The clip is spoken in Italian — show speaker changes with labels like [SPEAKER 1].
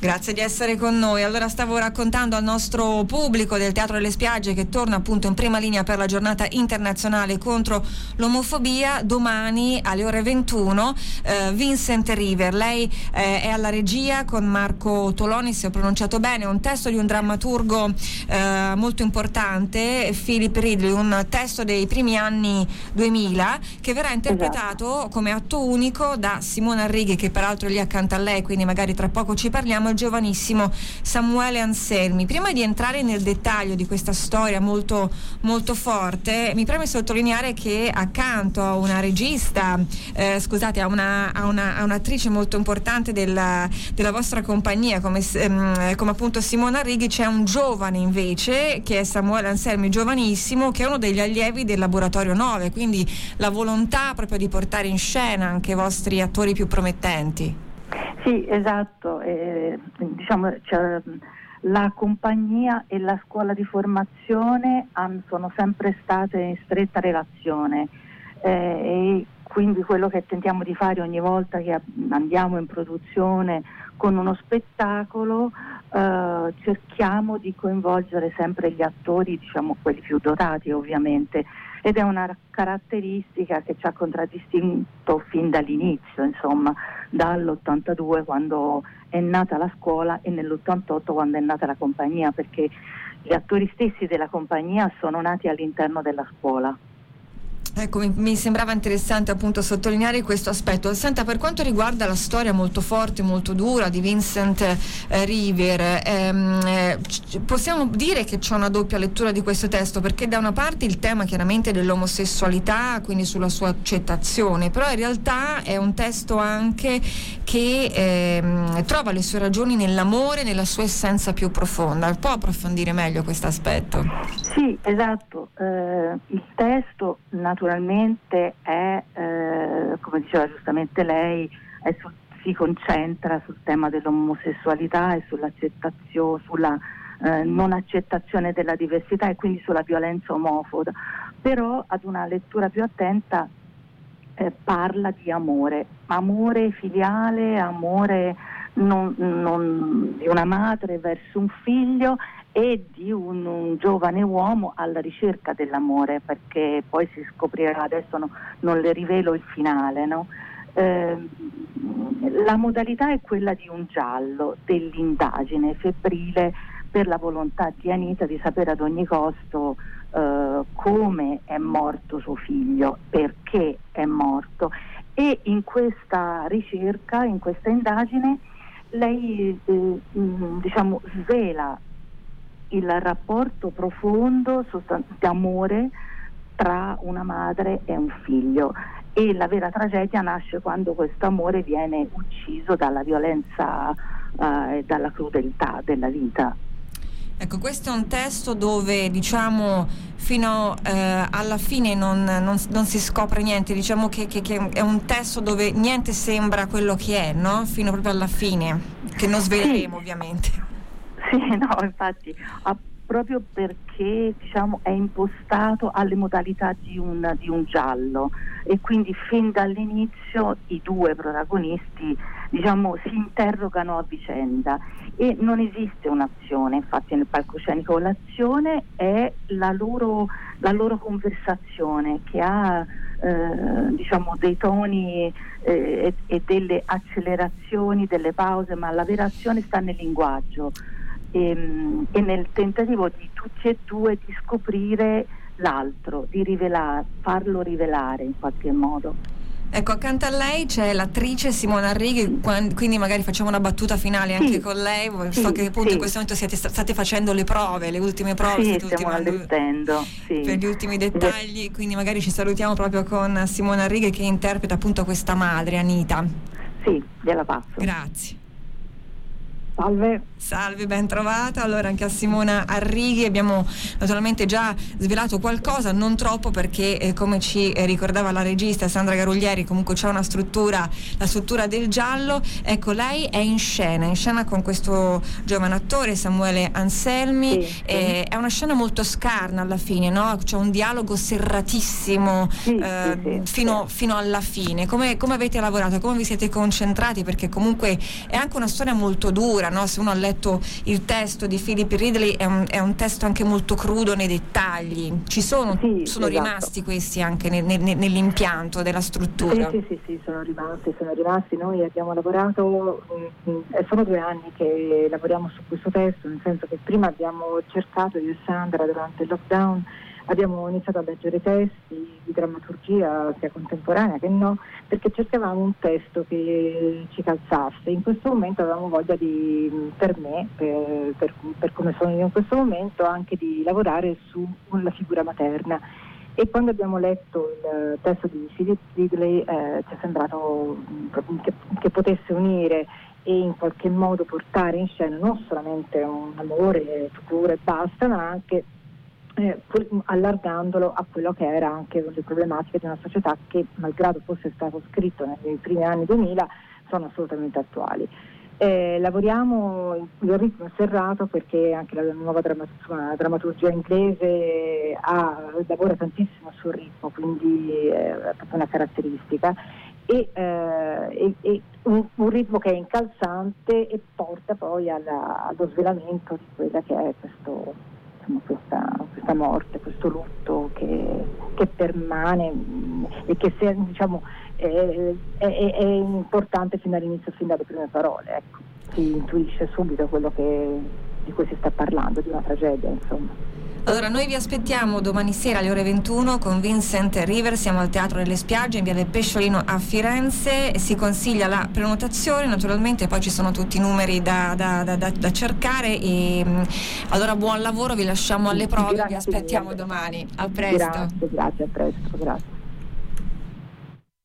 [SPEAKER 1] Grazie di essere con noi. Allora, stavo raccontando al nostro pubblico del Teatro delle Spiagge, che torna appunto in prima linea per la giornata internazionale contro l'omofobia, domani alle ore 21, Vincent River. Lei è alla regia con Marco Toloni, se ho pronunciato bene, un testo di un drammaturgo molto importante, Philip Ridley, un testo dei primi anni 2000 che verrà interpretato come atto unico da Simona Arrighi, che peraltro è lì accanto a lei, quindi magari tra poco ci parliamo, il giovanissimo Samuele Anselmi. Prima di entrare nel dettaglio di questa storia molto, molto forte, mi preme sottolineare che accanto a una regista, a un'attrice molto importante della vostra compagnia, come appunto Simona Arrighi, c'è un giovane invece che è Samuele Anselmi, giovanissimo, che è uno degli allievi del Laboratorio 9, quindi la volontà proprio di portare in scena anche i vostri attori più promettenti.
[SPEAKER 2] Sì, esatto, la compagnia e la scuola di formazione sono sempre state in stretta relazione, e quindi quello che tentiamo di fare ogni volta che andiamo in produzione con uno spettacolo, cerchiamo di coinvolgere sempre gli attori, diciamo quelli più dotati ovviamente, ed è una caratteristica che ci ha contraddistinto fin dall'inizio, insomma, dall'82 quando è nata la scuola e nell'88 quando è nata la compagnia, perché gli attori stessi della compagnia sono nati all'interno della scuola.
[SPEAKER 1] Ecco, mi sembrava interessante appunto sottolineare questo aspetto. Senta, per quanto riguarda la storia molto forte, molto dura di Vincent River, possiamo dire che c'è una doppia lettura di questo testo, perché da una parte il tema chiaramente dell'omosessualità, quindi sulla sua accettazione, però in realtà è un testo anche che trova le sue ragioni nell'amore, nella sua essenza più profonda. Può approfondire meglio questo aspetto?
[SPEAKER 2] Sì, esatto. Il testo naturalmente è, come diceva giustamente lei, si concentra sul tema dell'omosessualità e sull'accettazione, sulla non accettazione della diversità e quindi sulla violenza omofoba, però ad una lettura più attenta parla di amore filiale, amore non di una madre verso un figlio e di un giovane uomo alla ricerca dell'amore, perché poi si scoprirà, adesso non le rivelo il finale, no? La modalità è quella di un giallo, dell'indagine febbrile per la volontà di Anita di sapere ad ogni costo come è morto suo figlio, perché è morto, e in questa ricerca, in questa indagine, lei svela il rapporto profondo d'amore tra una madre e un figlio, e la vera tragedia nasce quando questo amore viene ucciso dalla violenza e dalla crudeltà della vita.
[SPEAKER 1] Ecco, questo è un testo dove diciamo fino alla fine non si scopre niente, diciamo che è un testo dove niente sembra quello che è, no? Fino proprio alla fine, che non sveleremo ovviamente.
[SPEAKER 2] Sì, no, infatti, proprio perché diciamo è impostato alle modalità di un giallo, e quindi fin dall'inizio i due protagonisti diciamo si interrogano a vicenda e non esiste un'azione. Infatti nel palcoscenico l'azione è la loro conversazione, che ha diciamo dei toni e delle accelerazioni, delle pause, ma la vera azione sta nel linguaggio e nel tentativo di tutti e due di scoprire l'altro, di farlo rivelare in qualche modo.
[SPEAKER 1] Ecco, accanto a lei c'è l'attrice Simona Arrighi, quindi magari facciamo una battuta finale anche con lei. So che appunto in questo momento state facendo le prove, le ultime prove.
[SPEAKER 2] Sì, stiamo allestendo
[SPEAKER 1] per gli ultimi dettagli, quindi magari ci salutiamo proprio con Simona Arrighi, che interpreta appunto questa madre, Anita.
[SPEAKER 2] Sì, gliela passo.
[SPEAKER 1] Grazie.
[SPEAKER 2] Salve,
[SPEAKER 1] ben trovata. Allora, anche a Simona Arrighi abbiamo naturalmente già svelato qualcosa, non troppo, perché come ci ricordava la regista Sandra Garuglieri, comunque c'è una struttura, la struttura del giallo. Ecco, lei è in scena con questo giovane attore Samuele Anselmi. È una scena molto scarna alla fine, no? C'è un dialogo serratissimo fino alla fine. Come avete lavorato? Come vi siete concentrati? Perché comunque è anche una storia molto dura, scrittura, no? Se uno ha letto il testo di Philip Ridley è un testo anche molto crudo nei dettagli, sono
[SPEAKER 2] esatto.
[SPEAKER 1] rimasti questi anche nell'impianto della struttura.
[SPEAKER 2] Sì, sono rimasti. Noi abbiamo lavorato, sono 2 anni che lavoriamo su questo testo, nel senso che prima abbiamo cercato, io e Sandra, durante il lockdown abbiamo iniziato a leggere testi di drammaturgia sia contemporanea che no, perché cercavamo un testo che ci calzasse. In questo momento avevamo voglia per me, per come sono io in questo momento, anche di lavorare sulla figura materna. E quando abbiamo letto il testo di Philip Ridley ci è sembrato che potesse unire e in qualche modo portare in scena non solamente un amore futuro e basta, ma anche allargandolo a quello che era anche le problematiche di una società che, malgrado fosse stato scritto nei primi anni 2000, sono assolutamente attuali. Lavoriamo il ritmo serrato perché anche la nuova drammaturgia inglese lavora tantissimo sul ritmo, quindi è proprio una caratteristica, e un ritmo che è incalzante e porta poi allo svelamento di quella che è questa morte, questo lutto che permane e che è importante fin dall'inizio, fin dalle prime parole, ecco. Si intuisce subito quello di cui si sta parlando, di una tragedia, insomma.
[SPEAKER 1] Allora, noi vi aspettiamo domani sera alle ore 21 con Vincent River, siamo al Teatro delle Spiagge in via del Pesciolino a Firenze, si consiglia la prenotazione, naturalmente poi ci sono tutti i numeri da cercare, e allora buon lavoro, vi lasciamo alle prove, vi aspettiamo domani. A presto.
[SPEAKER 2] Grazie, a presto, grazie.